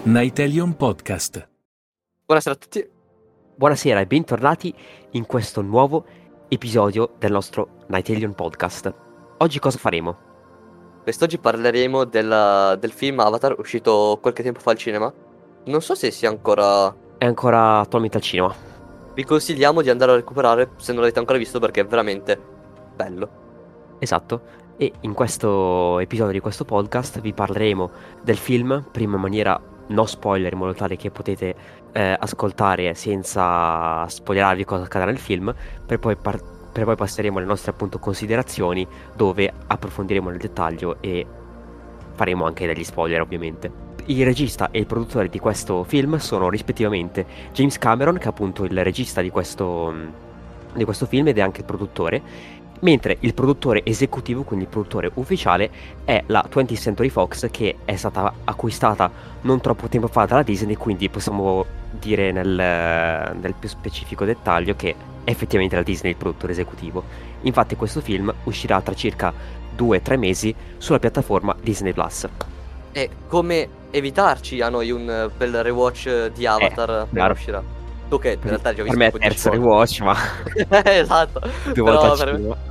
Nightelion Podcast. Buonasera a tutti. Buonasera e bentornati in questo nuovo episodio del nostro Nightelion Podcast. Oggi cosa faremo? Quest'oggi parleremo del film Avatar uscito qualche tempo fa al cinema. Non so se sia ancora... È ancora attualmente al cinema. Vi consigliamo di andare a recuperare se non l'avete ancora visto perché è veramente bello. Esatto. E in questo episodio di questo podcast vi parleremo del film, prima in maniera no spoiler, in modo tale che potete ascoltare senza spoilerarvi cosa accadrà nel film, per poi passeremo alle nostre appunto considerazioni, dove approfondiremo nel dettaglio e faremo anche degli spoiler ovviamente. Il regista e il produttore di questo film sono rispettivamente James Cameron, che è appunto il regista di questo film ed è anche il produttore, mentre il produttore esecutivo, quindi il produttore ufficiale, è la 20th Century Fox, che è stata acquistata non troppo tempo fa dalla Disney, quindi possiamo dire nel più specifico dettaglio che è effettivamente la Disney il produttore esecutivo. Infatti questo film uscirà tra circa 2-3 mesi sulla piattaforma Disney Plus. E come evitarci a noi un bel rewatch di Avatar appena chiaro. uscirà? Tu che in realtà già ho Per visto me è un po' di terzo volte. rewatch, ma Esatto. 2 volte Però al per me- cinema.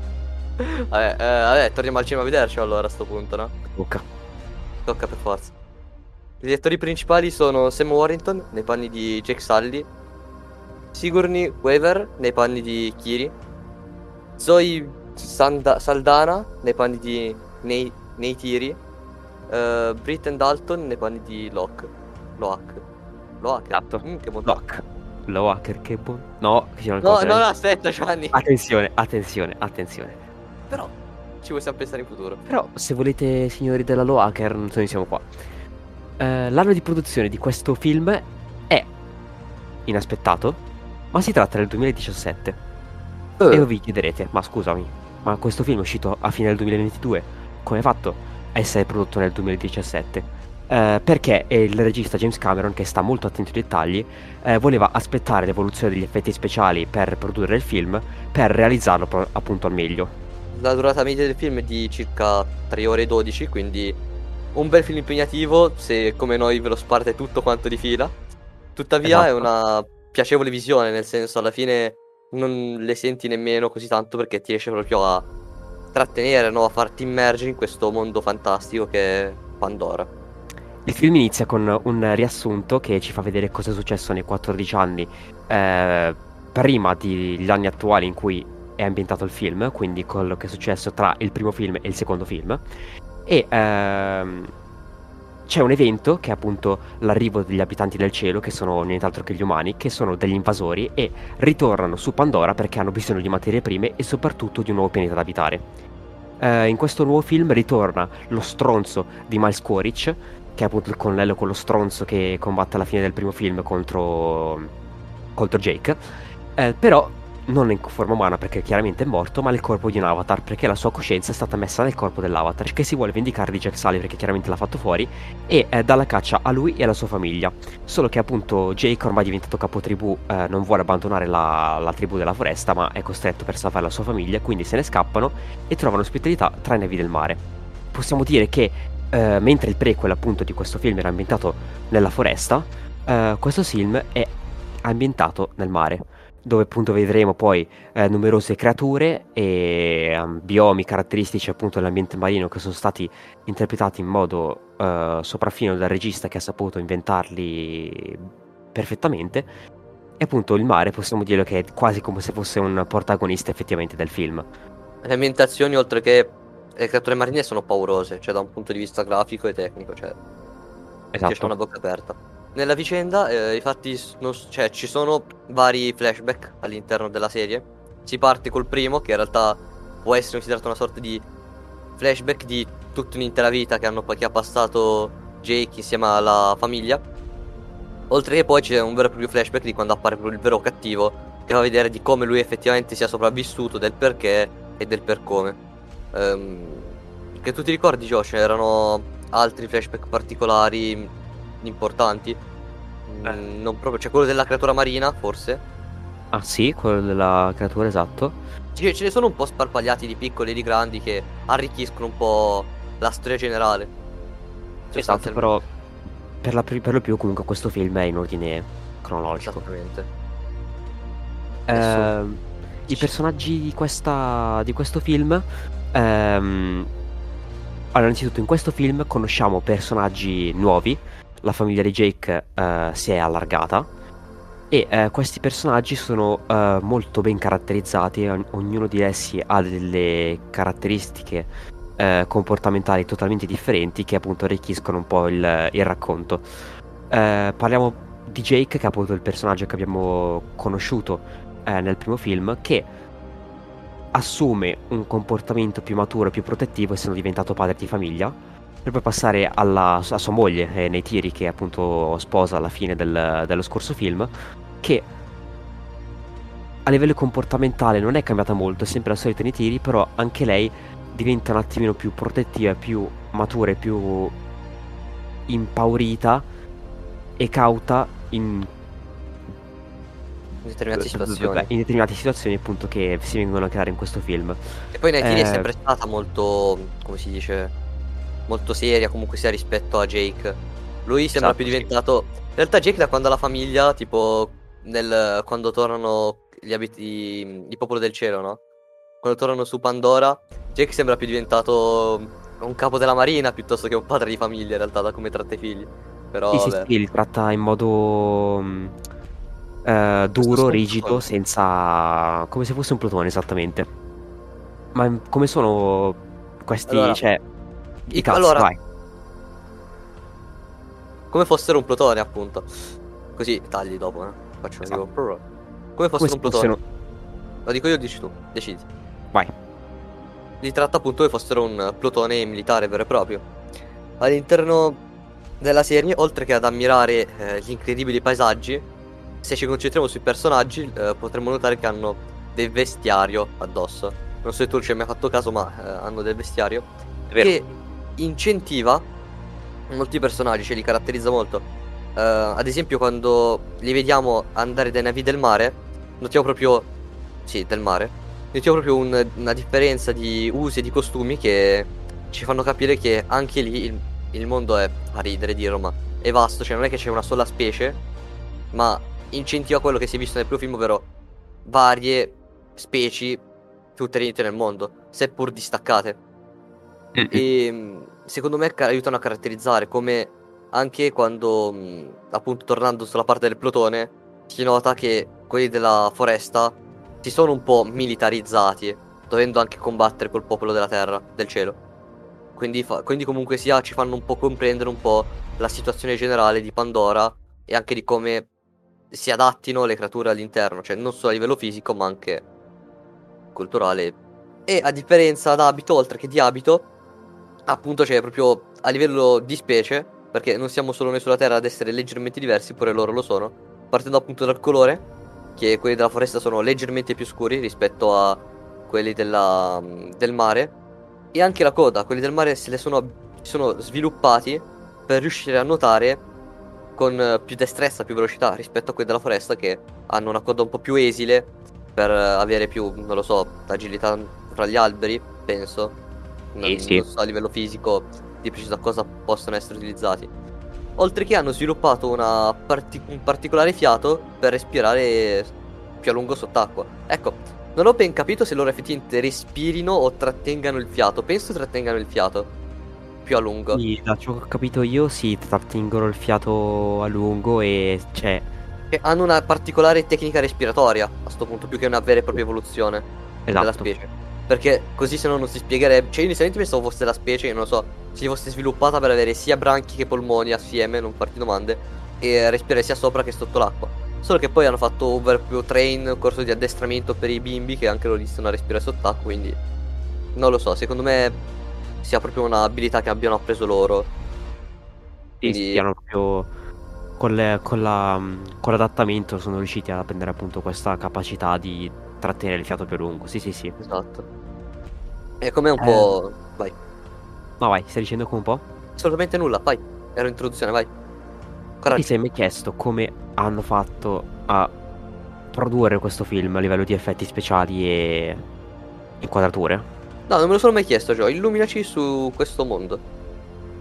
Vabbè, torniamo al cinema a vederci allora a sto punto, no? Tocca per forza. Gli attori principali sono Sam Warrington nei panni di Jake Sully, Sigourney Weaver nei panni di Kiri, Zoe Saldana nei panni di Neytiri, Britton Dalton nei panni di Loak. Esatto. Che montone. Lock. Loaker, che buon... No, che c'è una No, cosa. no, aspetta, Gianni. Attenzione. Però ci possiamo pensare in futuro. Però, se volete, signori della Loaker, non so, noi siamo qua. L'anno di produzione di questo film è inaspettato, ma si tratta del 2017. E voi vi chiederete, ma scusami, ma questo film è uscito a fine del 2022, come ha fatto a essere prodotto nel 2017? Perché il regista James Cameron, che sta molto attento ai dettagli, voleva aspettare l'evoluzione degli effetti speciali per produrre il film, per realizzarlo appunto al meglio. La durata media del film è di circa 3 ore e 12, quindi un bel film impegnativo se come noi ve lo sparte tutto quanto di fila. Tuttavia è Esatto. una piacevole visione, nel senso alla fine non le senti nemmeno così tanto perché ti riesce proprio a trattenere, no? A farti immergere in questo mondo fantastico che è Pandora. Il film inizia con un riassunto che ci fa vedere cosa è successo nei 14 anni prima degli anni attuali in cui è ambientato il film, quindi quello che è successo tra il primo film e il secondo film. E c'è un evento che è appunto l'arrivo degli abitanti del cielo, che sono nient'altro che gli umani, che sono degli invasori e ritornano su Pandora perché hanno bisogno di materie prime e soprattutto di un nuovo pianeta da abitare. In questo nuovo film ritorna lo stronzo di Miles Quaritch, che è appunto il colonnello, quello stronzo che combatte alla fine del primo film contro Jake, però non in forma umana perché chiaramente è morto, ma nel corpo di un avatar, perché la sua coscienza è stata messa nel corpo dell'avatar, che si vuole vendicare di Jack Sully perché chiaramente l'ha fatto fuori, e dà la caccia a lui e alla sua famiglia. Solo che appunto Jake, ormai diventato capotribù, non vuole abbandonare la tribù della foresta, ma è costretto per salvare la sua famiglia, quindi se ne scappano e trovano ospitalità tra i nevi del mare. Possiamo dire che mentre il prequel appunto di questo film era ambientato nella foresta, questo film è ambientato nel mare, dove appunto vedremo poi numerose creature e biomi caratteristici appunto dell'ambiente marino, che sono stati interpretati in modo sopraffino dal regista, che ha saputo inventarli perfettamente. E appunto il mare possiamo dire che è quasi come se fosse un protagonista effettivamente del film. Le ambientazioni, oltre che le creature marine, sono paurose, cioè da un punto di vista grafico e tecnico, cioè ti lascia una bocca aperta. Nella vicenda, infatti, ci sono vari flashback all'interno della serie. Si parte col primo, che in realtà può essere considerato una sorta di flashback di tutta un'intera vita che ha passato Jake insieme alla famiglia. Oltre che poi c'è un vero e proprio flashback di quando appare proprio il vero cattivo, che fa vedere di come lui effettivamente sia sopravvissuto, del perché e del per come. Che tu ti ricordi, Josh? Erano altri flashback particolari importanti? Non proprio, c'è quello della creatura marina, forse. Ah sì, quello della creatura, esatto. Ce ne sono un po' sparpagliati di piccoli e di grandi che arricchiscono un po' la storia generale. Esatto, però per lo più comunque questo film è in ordine cronologico. Esattamente. I personaggi di questo film, allora, innanzitutto in questo film conosciamo personaggi nuovi, la famiglia di Jake si è allargata e questi personaggi sono molto ben caratterizzati, ognuno di essi ha delle caratteristiche comportamentali totalmente differenti che appunto arricchiscono un po' il racconto. Parliamo di Jake, che è appunto il personaggio che abbiamo conosciuto nel primo film, che assume un comportamento più maturo e più protettivo essendo diventato padre di famiglia, per poi passare a sua moglie, Neytiri, che appunto sposa alla fine dello scorso film, che a livello comportamentale non è cambiata molto, è sempre la solita Neytiri, però anche lei diventa un attimino più protettiva, più matura e più impaurita e cauta in determinate situazioni appunto che si vengono a creare in questo film. E poi Neytiri è sempre stata molto, come si dice, molto seria comunque sia rispetto a Jake. Lui sembra più diventato in realtà Jake da quando ha la famiglia, tipo quando tornano il popolo del cielo, no? Quando tornano su Pandora, Jake sembra più diventato un capo della marina piuttosto che un padre di famiglia in realtà, da come tratta i figli. Però sì, li tratta in modo duro, rigido, senza, come se fosse un plotone esattamente. Ma come sono questi, allora, cioè i cazzi, allora, vai. Come fossero un plotone, appunto. Così tagli dopo, faccio esatto. Come fossero un plotone. Lo dico io o dici tu? Decidi. Vai. Li tratta appunto come fossero un plotone militare vero e proprio. All'interno della serie, oltre che ad ammirare gli incredibili paesaggi, se ci concentriamo sui personaggi potremmo notare che hanno del vestiario addosso. Non so se tu ci hai mai fatto caso, ma hanno del vestiario che incentiva molti personaggi, ce li caratterizza molto. Ad esempio quando li vediamo andare dai navi del mare, notiamo proprio, sì, del mare, notiamo proprio una differenza di usi e di costumi che ci fanno capire che anche lì il mondo è, a ridere dirlo, ma è vasto, cioè non è che c'è una sola specie, ma incentiva quello che si è visto nel primo film, ovvero varie specie tutte riunite nel mondo, seppur distaccate. E secondo me aiutano a caratterizzare, come anche quando appunto tornando sulla parte del plotone si nota che quelli della foresta si sono un po' militarizzati, dovendo anche combattere col popolo della terra, del cielo. Quindi comunque sia ci fanno un po' comprendere un po' la situazione generale di Pandora e anche di come si adattino le creature all'interno, cioè non solo a livello fisico ma anche culturale. E a differenza d'abito, oltre che di abito, appunto c'è proprio a livello di specie, perché non siamo solo noi sulla Terra ad essere leggermente diversi, pure loro lo sono, partendo appunto dal colore, che quelli della foresta sono leggermente più scuri rispetto a quelli del mare, e anche la coda, quelli del mare si sono sviluppati per riuscire a nuotare con più destrezza, più velocità rispetto a quelli della foresta, che hanno una coda un po' più esile per avere più, non lo so, agilità fra gli alberi, penso. Non so a livello fisico di preciso a cosa possono essere utilizzati. Oltre che hanno sviluppato un particolare fiato per respirare più a lungo sott'acqua. Ecco, non ho ben capito se loro effettivamente respirino o trattengano il fiato. Penso trattengano il fiato più a lungo. Sì, da ciò che ho capito io, sì, trattengono il fiato a lungo e hanno una particolare tecnica respiratoria a sto punto, più che una vera e propria evoluzione della specie. Perché così se no non si spiegherebbe. Cioè io inizialmente pensavo fosse la specie, che non lo so, si fosse sviluppata per avere sia branchi che polmoni assieme, non farti domande, e respirare sia sopra che sotto l'acqua. Solo che poi hanno fatto un vero e proprio un corso di addestramento per i bimbi che anche loro iniziano a respirare sott'acqua, quindi non lo so, secondo me sia proprio un'abilità che abbiano appreso loro. Quindi hanno proprio con l'adattamento sono riusciti a prendere appunto questa capacità di trattenere il fiato più lungo. Sì. Esatto. E com'è un po'. Vai. Ma vai, stai dicendo come un po'? Assolutamente nulla, vai. Era un'introduzione, vai. Ti sei mai chiesto come hanno fatto a produrre questo film a livello di effetti speciali e inquadrature? No, non me lo sono mai chiesto, Gio. Illuminaci su questo mondo.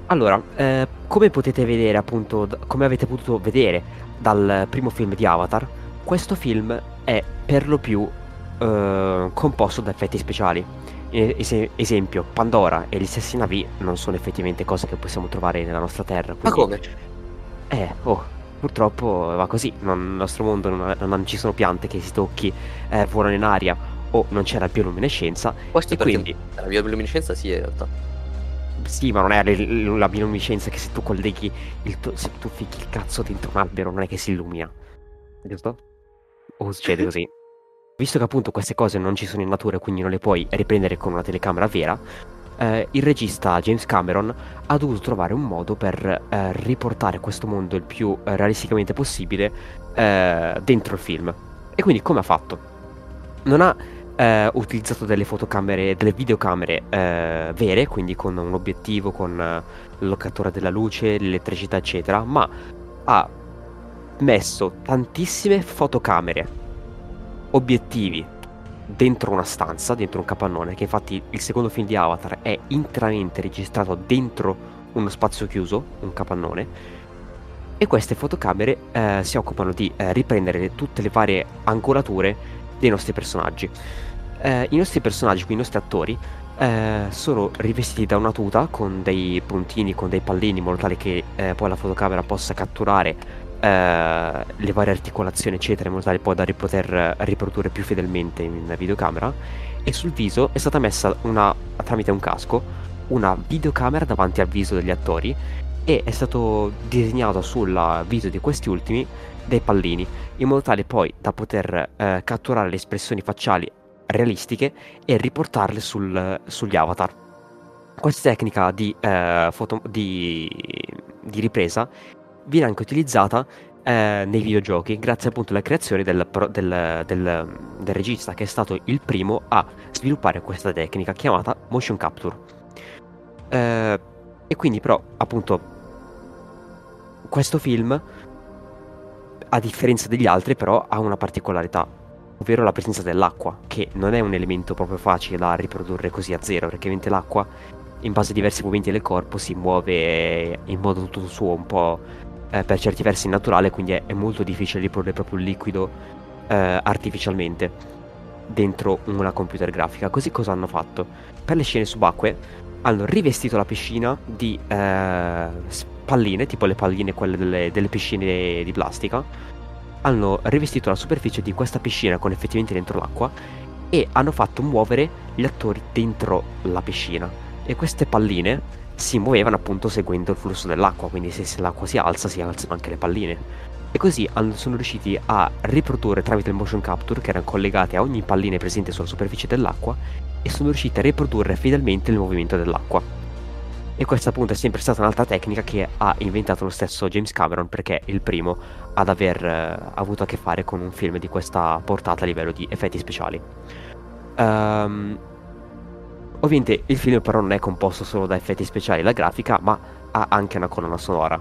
Allora, come potete vedere appunto, come avete potuto vedere dal primo film di Avatar, questo film è per lo più composto da effetti speciali. Esempio, Pandora e gli stessi navi non sono effettivamente cose che possiamo trovare nella nostra Terra. Ma Quindi, come? purtroppo va così. Nel nostro mondo non ci sono piante che si tocchi, volano in aria o non c'è la bioluminescenza. Questo E perché quindi, la bioluminescenza sì, in realtà. sì, ma non è la bioluminescenza che se tu colleghi se tu ficchi il cazzo dentro un albero non è che si illumina, giusto? O succede così? Visto che appunto queste cose non ci sono in natura e quindi non le puoi riprendere con una telecamera vera, il regista James Cameron ha dovuto trovare un modo per riportare questo mondo il più realisticamente possibile dentro il film. E quindi come ha fatto? Non ha utilizzato delle fotocamere, delle videocamere vere, quindi con un obiettivo, con il locatore della luce, l'elettricità, eccetera, ma ha messo tantissime fotocamere, obiettivi dentro una stanza, dentro un capannone, che infatti il secondo film di Avatar è interamente registrato dentro uno spazio chiuso, un capannone, e queste fotocamere si occupano di riprendere tutte le varie angolature dei nostri personaggi. I nostri personaggi, quindi i nostri attori, sono rivestiti da una tuta con dei puntini, con dei pallini, in modo tale che poi la fotocamera possa catturare le varie articolazioni, eccetera, in modo tale poi da poter riprodurre più fedelmente in videocamera. E sul viso è stata messa tramite un casco, una videocamera davanti al viso degli attori, e è stato disegnato sul viso di questi ultimi dei pallini, in modo tale poi da poter catturare le espressioni facciali realistiche e riportarle sugli avatar. Questa tecnica di ripresa viene anche utilizzata nei videogiochi, grazie appunto alla creazione del regista, che è stato il primo a sviluppare questa tecnica chiamata motion capture. E quindi però appunto questo film, a differenza degli altri, però ha una particolarità, ovvero la presenza dell'acqua, che non è un elemento proprio facile da riprodurre così a zero, perché ovviamente l'acqua, in base a diversi movimenti del corpo, si muove in modo tutto suo, un po' per certi versi naturale, quindi è molto difficile riprodurre proprio un liquido artificialmente dentro una computer grafica. Così cosa hanno fatto? Per le scene subacquee hanno rivestito la piscina di palline, tipo le palline quelle delle piscine di plastica. Hanno rivestito la superficie di questa piscina con effettivamente dentro l'acqua e hanno fatto muovere gli attori dentro la piscina, e queste palline si muovevano appunto seguendo il flusso dell'acqua, quindi se l'acqua si alzano anche le palline. E così sono riusciti a riprodurre tramite il motion capture, che erano collegati a ogni pallina presente sulla superficie dell'acqua, e sono riusciti a riprodurre fedelmente il movimento dell'acqua. E questa appunto è sempre stata un'altra tecnica che ha inventato lo stesso James Cameron, perché è il primo ad aver avuto a che fare con un film di questa portata a livello di effetti speciali. Ovviamente il film però non è composto solo da effetti speciali e da grafica, ma ha anche una colonna sonora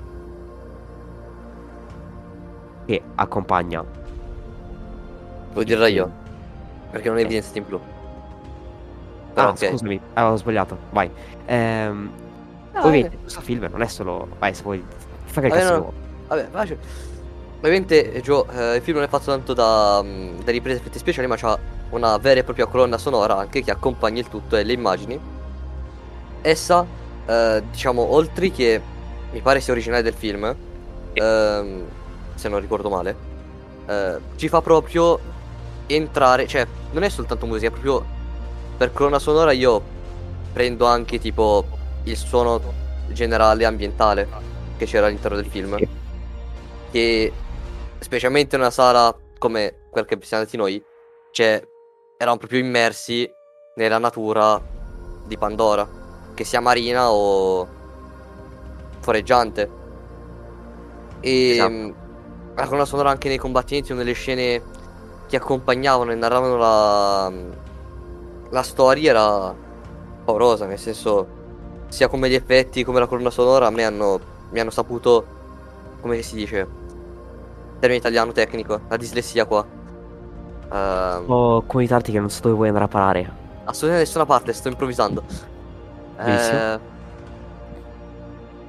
che accompagna. Vuoi dirla io? Perché non è evidenziato in blu. Però okay. Scusami, avevo sbagliato, vai. Ovviamente questo film non è solo... Vai, se vuoi... Fai che cazzo vuoi. Vabbè, facile. Ovviamente, Joe, il film non è fatto tanto da riprese effetti speciali, ma c'ha una vera e propria colonna sonora anche che accompagna il tutto e le immagini. Essa, diciamo, oltre che mi pare sia originale del film, se non ricordo male, ci fa proprio entrare, cioè non è soltanto musica, è proprio per colonna sonora io prendo anche tipo il suono generale ambientale che c'era all'interno del film, che specialmente in una sala come quella che siamo andati noi, cioè eravamo proprio immersi nella natura di Pandora, che sia marina o foreggiante. E esatto. La colonna sonora anche nei combattimenti o nelle scene che accompagnavano e narravano la storia era paurosa, nel senso, sia come gli effetti come la colonna sonora a me mi hanno saputo, come si dice, termine italiano tecnico, la dislessia qua. Comunitarti che non so dove vuoi andare a parare. Assolutamente nessuna parte, sto improvvisando.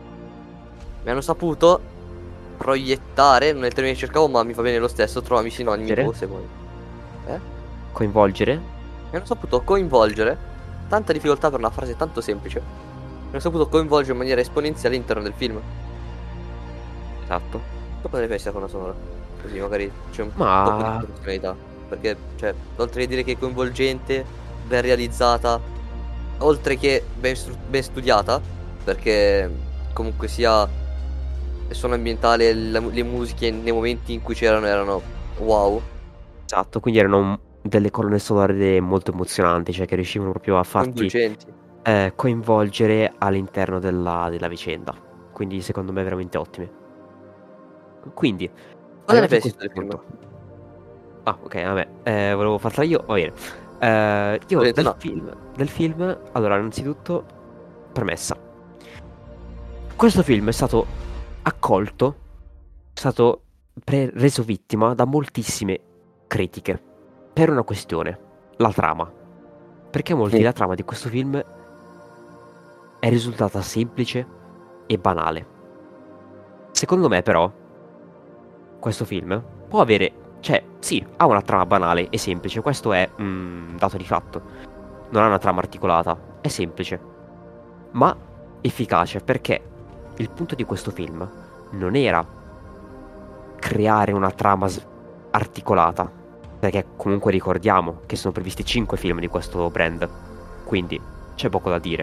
mi hanno saputo proiettare, non è il termine che cercavo, ma mi va bene lo stesso, trovami sinonimi se vuoi. Coinvolgere? Mi hanno saputo coinvolgere, tanta difficoltà per una frase tanto semplice, mi hanno saputo coinvolgere in maniera esponenziale all'interno del film. Esatto. Dopo deve essere una sonora, così magari c'è un po' di professionalità, perché, cioè, oltre che dire che è coinvolgente, ben realizzata, oltre che ben studiata, perché comunque sia il suono ambientale, le musiche nei momenti in cui c'erano erano wow. Esatto, quindi erano delle colonne sonore molto emozionanti, cioè che riuscivano proprio a farti coinvolgere all'interno della vicenda. Quindi secondo me veramente ottime. Quindi cosa ne pensi del film? Ah, ok, vabbè, volevo farla io. Va bene. Io del film, allora, innanzitutto, premessa. Questo film è stato accolto, è stato reso vittima da moltissime critiche per una questione, la trama. Perché molti la trama di questo film è risultata semplice e banale. Secondo me, però, questo film può avere, cioè, sì, ha una trama banale e semplice, questo è un dato di fatto. Non ha una trama articolata, è semplice, ma efficace, perché il punto di questo film non era creare una trama articolata, perché comunque ricordiamo che sono previsti 5 film di questo brand, quindi c'è poco da dire.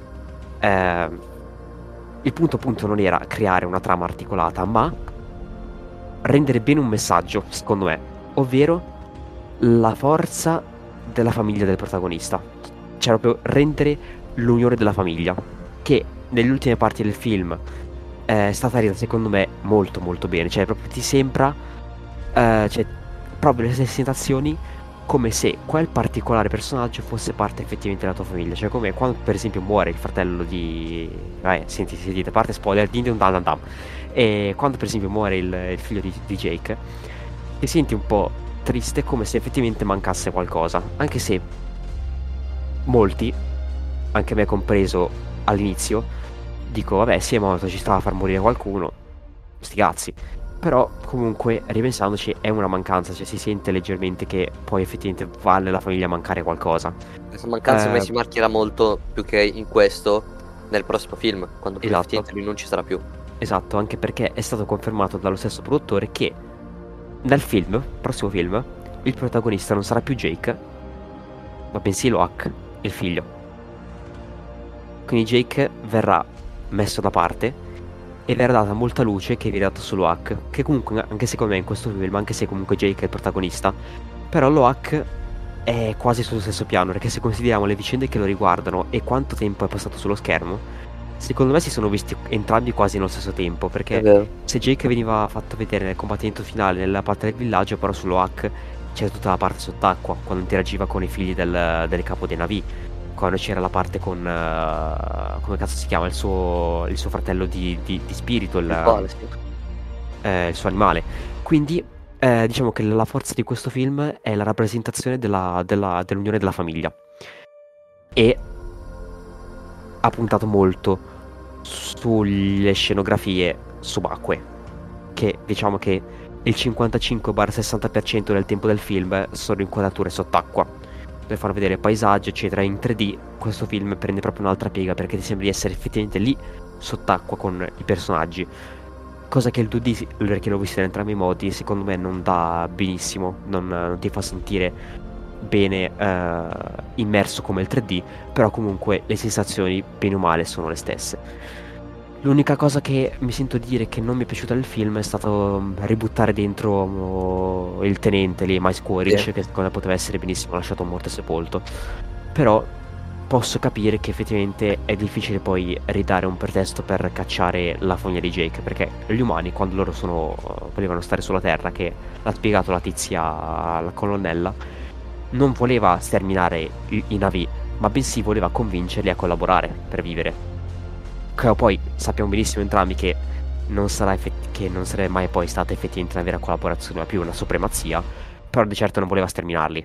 Il punto appunto non era creare una trama articolata, ma rendere bene un messaggio, secondo me, ovvero la forza della famiglia del protagonista, cioè proprio rendere l'unione della famiglia, che nelle ultime parti del film è stata resa secondo me molto molto bene, cioè proprio ti sembra cioè proprio le stesse sensazioni, come se quel particolare personaggio fosse parte effettivamente della tua famiglia, cioè come quando per esempio muore il fratello di sentite, parte spoiler, din dan dan dan. E quando per esempio muore il figlio di Jake, ti senti un po' triste, come se effettivamente mancasse qualcosa, anche se molti, anche me compreso all'inizio, dico vabbè sì è morto, ci stava a far morire qualcuno, sti cazzi. Però comunque ripensandoci è una mancanza, cioè si sente leggermente che poi effettivamente va nella famiglia mancare qualcosa. Questa mancanza si marcherà molto più che in questo, nel prossimo film, quando effettivamente lui non ci sarà più. Esatto, anche perché è stato confermato dallo stesso produttore che nel prossimo film, il protagonista non sarà più Jake, ma bensì Loak, il figlio. Quindi Jake verrà messo da parte e verrà data molta luce che viene data su Loak, che comunque, anche secondo me in questo film, anche se comunque Jake è il protagonista, però Loak è quasi sullo stesso piano, perché se consideriamo le vicende che lo riguardano e quanto tempo è passato sullo schermo, secondo me si sono visti entrambi quasi nello stesso tempo, perché se Jake veniva fatto vedere nel combattimento finale nella parte del villaggio, però su Loak c'era tutta la parte sott'acqua, quando interagiva con i figli del capo dei Na'vi, quando c'era la parte con come cazzo si chiama il suo fratello di spirito, il suo animale. Quindi diciamo che la forza di questo film è la rappresentazione dell'unione della famiglia, e ha puntato molto sulle scenografie subacquee, che diciamo che il 55-60% del tempo del film sono inquadrature sott'acqua per far vedere paesaggi eccetera. In 3D questo film prende proprio un'altra piega, perché ti sembra di essere effettivamente lì sott'acqua con i personaggi, cosa che il 2D, perché l'ho visto in entrambi i modi, secondo me non dà benissimo, non ti fa sentire bene immerso come il 3D, però comunque le sensazioni bene o male sono le stesse. L'unica cosa che mi sento di dire che non mi è piaciuta del film è stato ributtare dentro il tenente lì, Miles Quaritch, che secondo me poteva essere benissimo lasciato morto e sepolto. Però posso capire che effettivamente è difficile poi ridare un pretesto per cacciare la fogna di Jake, perché gli umani, quando loro volevano stare sulla Terra, che l'ha spiegato la tizia, la colonnella, non voleva sterminare i Na'vi, ma bensì voleva convincerli a collaborare per vivere. Poi sappiamo benissimo entrambi che non sarebbe mai poi stata effettivamente una vera collaborazione, ma più una supremazia, però di certo non voleva sterminarli.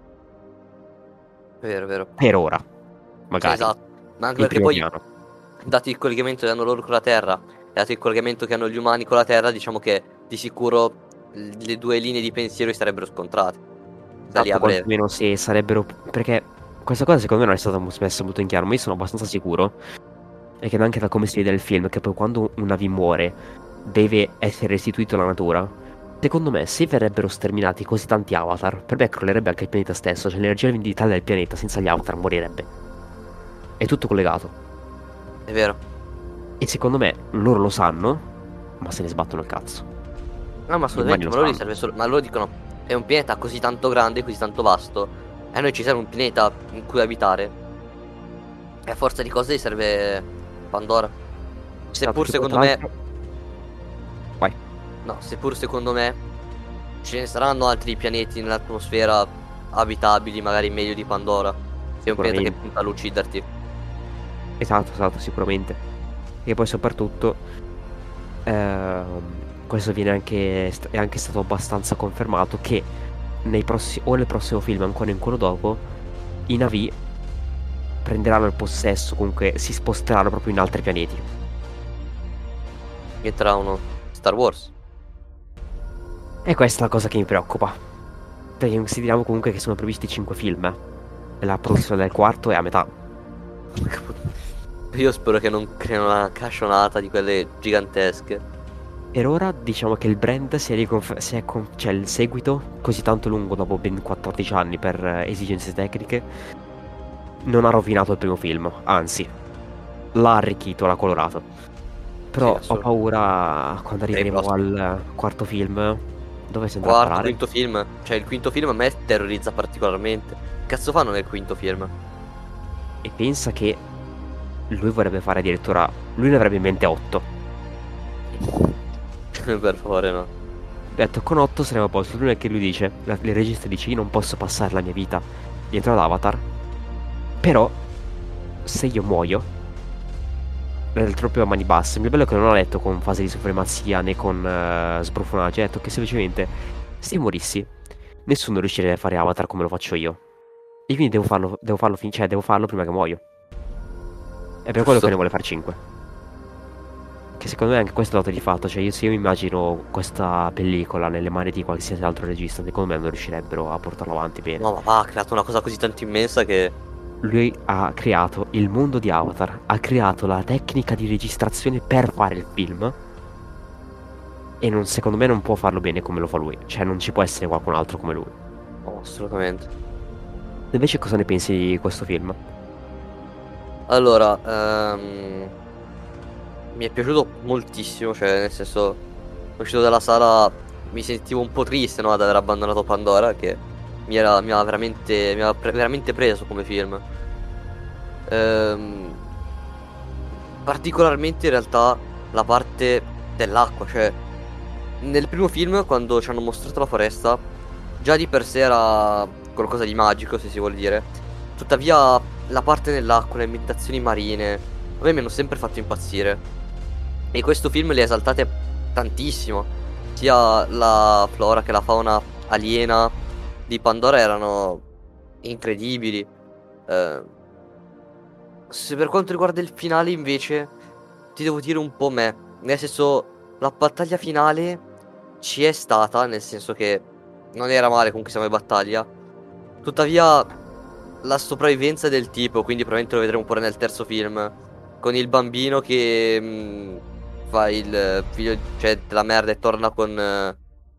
Vero. Per ora, magari. Esatto, ma anche perché poi, dati il collegamento che hanno loro con la Terra, dato il collegamento che hanno gli umani con la Terra, diciamo che di sicuro le due linee di pensiero sarebbero scontrate da lì a breve. Quantomeno se sarebbero, perché questa cosa secondo me non è stata messa molto in chiaro, ma io sono abbastanza sicuro, e che anche da come si vede nel film, che poi quando un Navi muore deve essere restituito alla natura. Secondo me, se verrebbero sterminati così tanti avatar, per me crollerebbe anche il pianeta stesso, cioè l'energia vitale del pianeta senza gli avatar morirebbe. È tutto collegato. È vero. E secondo me loro lo sanno, ma se ne sbattono il cazzo. No, ma assolutamente, ma loro, serve solo, ma loro dicono, è un pianeta così tanto grande, così tanto vasto, e a noi ci serve un pianeta in cui abitare. E a forza di cose gli serve Pandora. Seppur secondo me... Vai. No, seppur secondo me ce ne saranno altri pianeti nell'atmosfera abitabili, magari meglio di Pandora. È un pianeta che punta ad ucciderti. Esatto, sicuramente. E poi soprattutto questo è anche stato abbastanza confermato che nel prossimo film, ancora in quello dopo, i Navi prenderanno il possesso, comunque si sposteranno proprio in altri pianeti. Diventerà uno Star Wars. E questa è la cosa che mi preoccupa, perché consideriamo comunque che sono previsti 5 film e la produzione del quarto è a metà. Io spero che non creino una cascionata di quelle gigantesche. Per ora diciamo che il brand cioè il seguito così tanto lungo dopo ben 14 anni per esigenze tecniche non ha rovinato il primo film, anzi l'ha arricchito, l'ha colorato. Però Sì, ho paura quando arriveremo al quarto film, dove si andrà a parare? Quinto film, cioè il quinto film a me terrorizza particolarmente. Cazzo fanno nel quinto film? E pensa che lui vorrebbe fare addirittura, lui ne avrebbe in mente 8. Per favore, no. Ho detto con 8 saremo a posto. L'unica che lui dice, il regista dice, io non posso passare la mia vita dietro ad Avatar, però se io muoio proprio a mani basse. Il bello è che non ho letto con fase di supremazia né con sbrufonaggi. Ha detto che semplicemente se io morissi nessuno riuscirebbe a fare Avatar come lo faccio io, e quindi devo farlo prima che muoio. È per quello che ne vuole fare 5. Che secondo me anche questo è dato di fatto. Cioè se io mi immagino questa pellicola nelle mani di qualsiasi altro regista, secondo me non riuscirebbero a portarlo avanti bene. No, ma ha creato una cosa così tanto immensa che... Lui ha creato il mondo di Avatar, ha creato la tecnica di registrazione per fare il film, e secondo me non può farlo bene come lo fa lui. Cioè non ci può essere qualcun altro come lui. No, assolutamente. Invece cosa ne pensi di questo film? Allora, mi è piaciuto moltissimo, cioè nel senso, uscito dalla sala mi sentivo un po' triste, no, ad aver abbandonato Pandora, che mi aveva veramente preso come film. Particolarmente in realtà la parte dell'acqua, cioè nel primo film quando ci hanno mostrato la foresta già di per sé era qualcosa di magico, se si vuol dire. Tuttavia la parte nell'acqua, le ambientazioni marine a me mi hanno sempre fatto impazzire, e questo film le ha esaltate tantissimo. Sia la flora che la fauna aliena di Pandora erano incredibili. Se per quanto riguarda il finale invece ti devo dire un po' nel senso, la battaglia finale ci è stata, nel senso che non era male comunque siamo in battaglia. Tuttavia la sopravvivenza del tipo, quindi probabilmente lo vedremo pure nel terzo film, con il bambino che fa il figlio, cioè, della merda, e torna con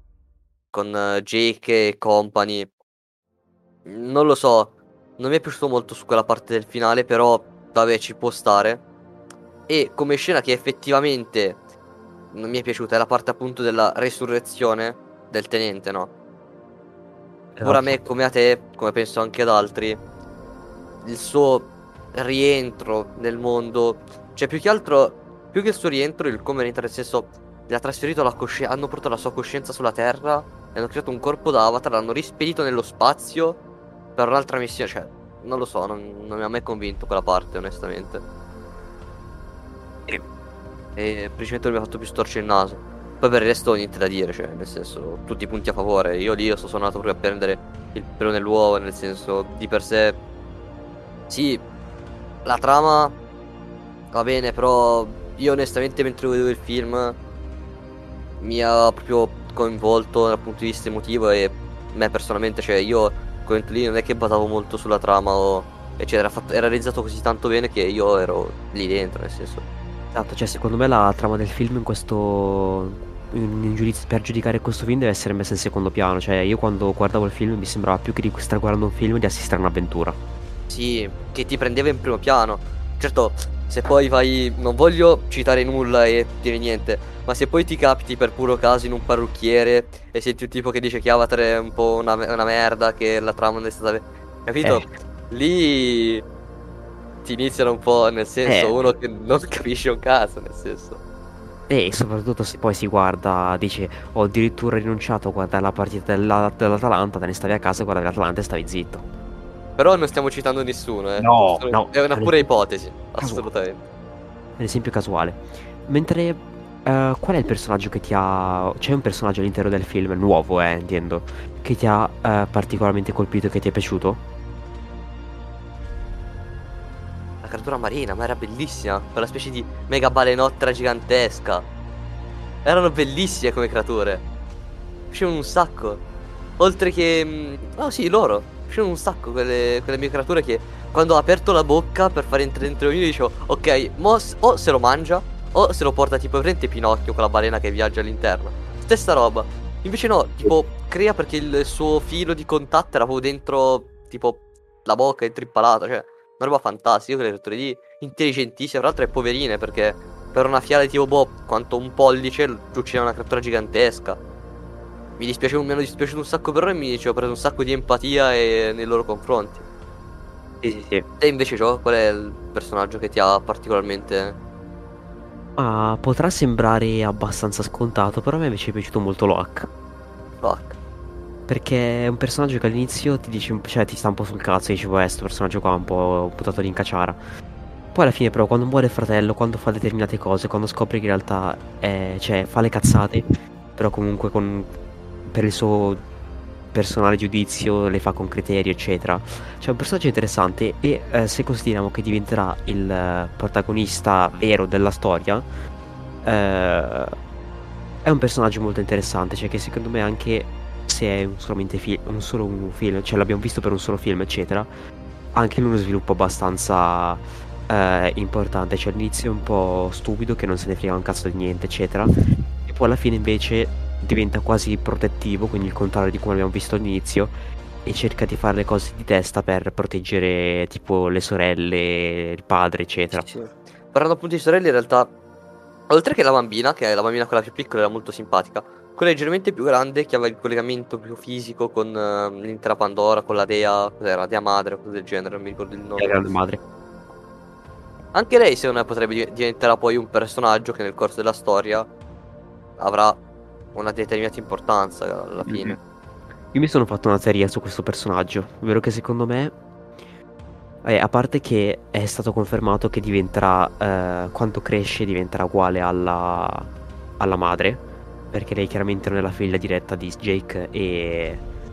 Jake e company. Non lo so, non mi è piaciuto molto su quella parte del finale, però vabbè, ci può stare. E come scena che effettivamente non mi è piaciuta è la parte appunto della resurrezione del tenente, no? Ora a me, come a te, come penso anche ad altri, il suo rientro nel mondo, cioè più che altro, più che il suo rientro, il come rientra, nel senso, gli ha trasferito la coscienza, hanno portato la sua coscienza sulla Terra e hanno creato un corpo da Avatar, l'hanno rispedito nello spazio per un'altra missione, cioè, non lo so, non mi ha mai convinto quella parte, onestamente. E principalmente non mi ha fatto più storcere il naso. Poi per il resto niente da dire, cioè, nel senso, tutti i punti a favore. Io sono andato proprio a prendere il pelo nell'uovo, nel senso, di per sé sì, la trama va bene, però io onestamente mentre vedevo il film mi ha proprio coinvolto dal punto di vista emotivo, e me personalmente, cioè io quel momento lì non è che basavo molto sulla trama o eccetera, era realizzato così tanto bene che io ero lì dentro, nel senso. Esatto, cioè secondo me la trama del film in questo... per giudicare questo film deve essere messa in secondo piano. Cioè io quando guardavo il film mi sembrava più che di stare guardando un film, di assistere a un'avventura. Sì, che ti prendeva in primo piano. Certo, se poi vai, non voglio citare nulla e dire niente, ma se poi ti capiti per puro caso in un parrucchiere e senti un tipo che dice che Avatar è un po' una merda, che la trama non è stata... Capito? Lì ti iniziano un po', nel senso, uno che non capisce un cazzo, nel senso. E soprattutto se poi si guarda, dice, ho addirittura rinunciato a guardare la partita dell'Atalanta, te ne stavi a casa a guardare l'Atalanta e stavi zitto. Però non stiamo citando nessuno, eh. No, È una pura ipotesi, assolutamente. È un esempio casuale. Mentre, qual è il personaggio che ti ha... C'è un personaggio all'interno del film, nuovo, intendo, che ti ha particolarmente colpito e che ti è piaciuto? La creatura marina, ma era bellissima. Quella specie di mega balenottera gigantesca. Erano bellissime come creature. Uscivano un sacco. Oltre che... oh sì, loro. Uscivano un sacco quelle mie creature che quando ho aperto la bocca per fare entrare dentro io dicevo, ok, o se lo mangia o se lo porta tipo presente Pinocchio con la balena che viaggia all'interno. Stessa roba. Invece no, tipo crea perché il suo filo di contatto era proprio dentro tipo la bocca, dentro il palato, cioè una roba fantastica. Quelle creature lì intelligentissime, tra l'altro è poverine perché per una fiala di tipo quanto un pollice uccide una creatura gigantesca. Mi è dispiaciuto un sacco per loro e ci ho preso un sacco di empatia nei loro confronti. Sì. E invece qual è il personaggio che ti ha particolarmente... Potrà sembrare abbastanza scontato, però a me invece è piaciuto molto Locke. Perché è un personaggio che all'inizio ti dice, cioè ti sta un po' sul cazzo e dici, questo personaggio qua è un po' buttato lì in cacciara. Poi alla fine però quando muore il fratello, quando fa determinate cose, quando scopri che in realtà cioè fa le cazzate, però comunque per il suo personale giudizio le fa con criterio eccetera. C'è un personaggio interessante e se consideriamo che diventerà il protagonista vero della storia, è un personaggio molto interessante, cioè che secondo me anche se è un solo un film, cioè l'abbiamo visto per un solo film eccetera, anche in uno sviluppo abbastanza importante. Cioè all'inizio è un po' stupido che non se ne frega un cazzo di niente eccetera, e poi alla fine invece diventa quasi protettivo, quindi il contrario di come abbiamo visto all'inizio, e cerca di fare le cose di testa per proteggere tipo le sorelle, il padre eccetera. Sì. Parlando appunto di sorelle, in realtà oltre che la bambina, che è la bambina quella più piccola, era molto simpatica, quella leggermente più grande che aveva il collegamento più fisico con l'intera Pandora, con la dea, cos'era, la dea madre o cose del genere, non mi ricordo il nome. La grande madre. Anche lei secondo me potrebbe diventare poi un personaggio che nel corso della storia avrà una determinata importanza alla fine. Io mi sono fatto una teoria su questo personaggio, ovvero che secondo me, a parte che è stato confermato che diventerà, quando cresce diventerà uguale alla madre, perché lei chiaramente non è la figlia diretta di Jake e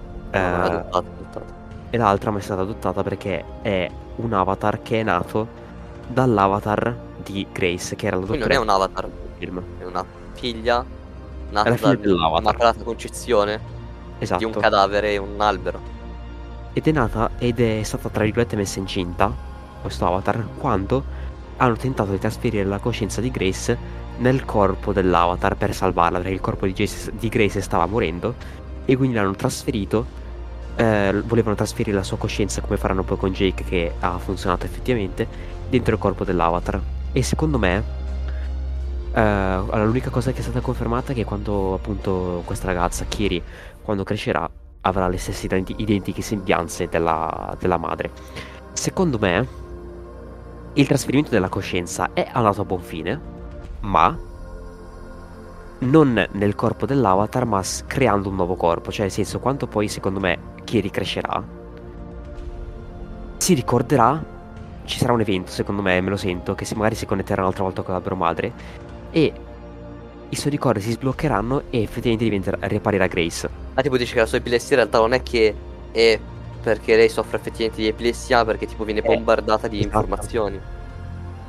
l'altra, ma è stata adottata perché è un avatar che è nato dall'avatar di Grace, che era la dottoressa. Quindi non è un avatar, film. È una figlia nata dall'avatar, immacolata concezione, esatto, di un cadavere e un albero. Ed è stata tra virgolette messa incinta, questo avatar, quando hanno tentato di trasferire la coscienza di Grace nel corpo dell'avatar per salvarla, perché il corpo di Grace stava morendo, e quindi l'hanno trasferito, volevano trasferire la sua coscienza, come faranno poi con Jake, che ha funzionato effettivamente, dentro il corpo dell'avatar. E secondo me allora, l'unica cosa che è stata confermata è che quando appunto questa ragazza, Kiri, quando crescerà avrà le stesse identiche sembianze della madre. Secondo me il trasferimento della coscienza è andato a buon fine, ma non nel corpo dell'avatar, ma creando un nuovo corpo. Cioè nel senso, quando poi secondo me Kiri crescerà, si ricorderà, ci sarà un evento, secondo me lo sento, che magari si connetterà un'altra volta con l'albero madre e i suoi ricordi si sbloccheranno e effettivamente riapparirà Grace. Tipo dice che la sua epilessia in realtà non è che è perché lei soffre effettivamente di epilessia, perché tipo viene bombardata di esatto. informazioni.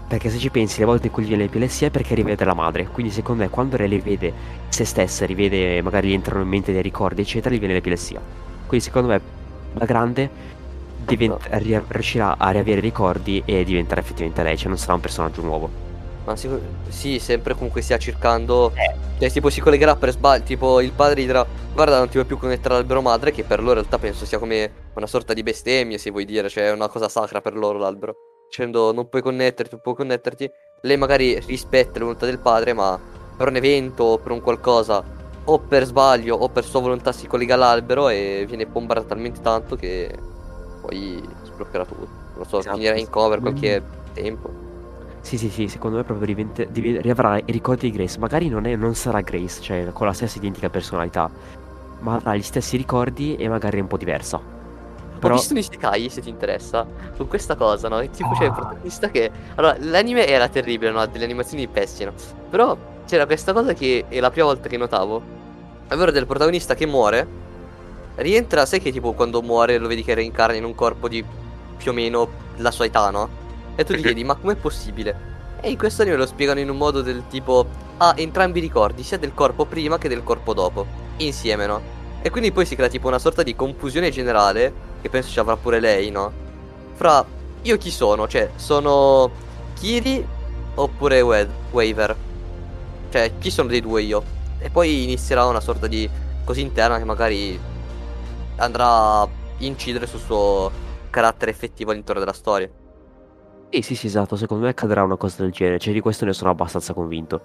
Perché se ci pensi, le volte in cui gli viene l'epilessia è perché rivede la madre. Quindi secondo me quando lei rivede se stessa, rivede, magari gli entrano in mente dei ricordi, eccetera, gli viene l'epilessia. Quindi secondo me da grande riuscirà a riavere i ricordi e diventerà effettivamente lei, cioè non sarà un personaggio nuovo. Ma sì, sempre comunque stia cercando. Cioè, tipo, si collegherà per sbaglio. Tipo, il padre gli dirà: guarda, non ti vuoi più connettere all'albero madre. Che per loro in realtà penso sia come una sorta di bestemmia, se vuoi dire. Cioè, è una cosa sacra per loro l'albero. Dicendo: non puoi connetterti, non puoi connetterti. Lei magari rispetta la volontà del padre, ma per un evento o per un qualcosa, o per sbaglio o per sua volontà, si collega all'albero e viene bombardata talmente tanto che poi sbloccherà tutto. Non so, Esatto, finirà in cover qualche tempo. Sì, secondo me proprio riavrà i ricordi di Grace. Magari non sarà Grace, cioè con la stessa identica personalità, ma avrà gli stessi ricordi e magari un po' diversa. Ho visto un isekai, se ti interessa, su questa cosa, no? E tipo c'è il protagonista che... Allora, l'anime era terribile, no? Ha delle animazioni pessime. Però c'era questa cosa che è la prima volta che notavo. Ovvero del protagonista che muore, rientra, sai che tipo quando muore lo vedi che reincarna in un corpo di più o meno la sua età, no? E tu ti chiedi, ma com'è possibile? E in questo anime lo spiegano in un modo del tipo: ha entrambi i ricordi, sia del corpo prima che del corpo dopo, insieme, no? E quindi poi si crea tipo una sorta di confusione generale, che penso ci avrà pure lei, no? Fra io chi sono? Cioè, sono Kiri oppure Waver? Cioè, chi sono dei due io? E poi inizierà una sorta di cosa interna che magari andrà a incidere sul suo carattere effettivo all'interno della storia. Sì, esatto, secondo me accadrà una cosa del genere, cioè di questo ne sono abbastanza convinto.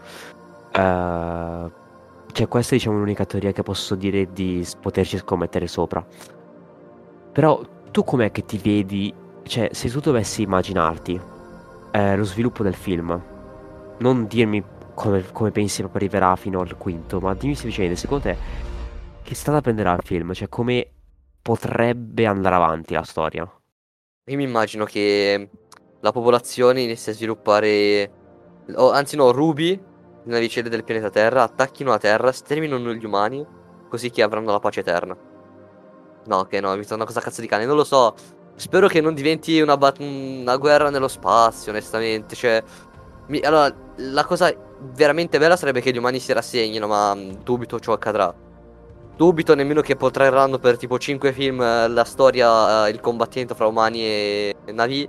Cioè questa è, diciamo, l'unica teoria che posso dire di poterci scommettere sopra. Però tu com'è che ti vedi, cioè se tu dovessi immaginarti lo sviluppo del film, non dirmi come pensi proprio arriverà fino al quinto, ma dimmi semplicemente, secondo te, che strada prenderà il film? Cioè come potrebbe andare avanti la storia? Io mi immagino che la popolazione inizi a sviluppare, o anzi no, Ruby, le navicelle del pianeta Terra, attacchino la Terra, sterminano gli umani, così che avranno la pace eterna. No, che no, mi sta una cosa cazzo di cane, non lo so. Spero che non diventi una guerra nello spazio, onestamente. Cioè, allora, la cosa veramente bella sarebbe che gli umani si rassegnino, ma dubito ciò accadrà. Dubito nemmeno che potranno per tipo 5 film la storia, il combattimento fra umani e navi.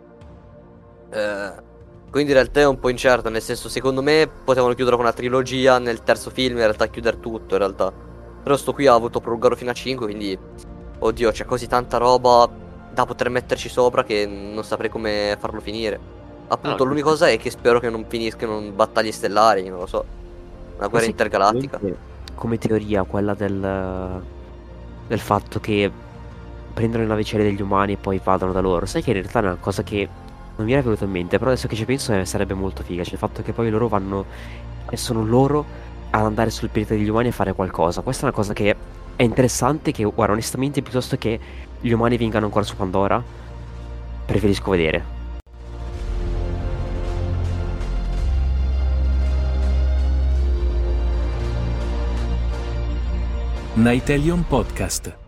Quindi in realtà è un po' incerto, nel senso, secondo me potevano chiudere con una trilogia, nel terzo film in realtà chiudere tutto in realtà. Però sto qui ha avuto prorogato fino a 5, quindi oddio, c'è così tanta roba da poter metterci sopra che non saprei come farlo finire. Appunto, l'unica cosa è che spero che non finiscano in battaglie stellari, non lo so. Una guerra intergalattica. Come teoria quella del fatto che prendono le navicelle degli umani e poi vadano da loro. Sai che in realtà è una cosa che non mi era venuta in mente, però adesso che ci penso sarebbe molto figa. Cioè il fatto che poi loro vanno e sono loro ad andare sul pianeta degli umani a fare qualcosa. Questa è una cosa che è interessante, che guarda, onestamente, piuttosto che gli umani vengano ancora su Pandora, preferisco vedere. Nightelion Podcast.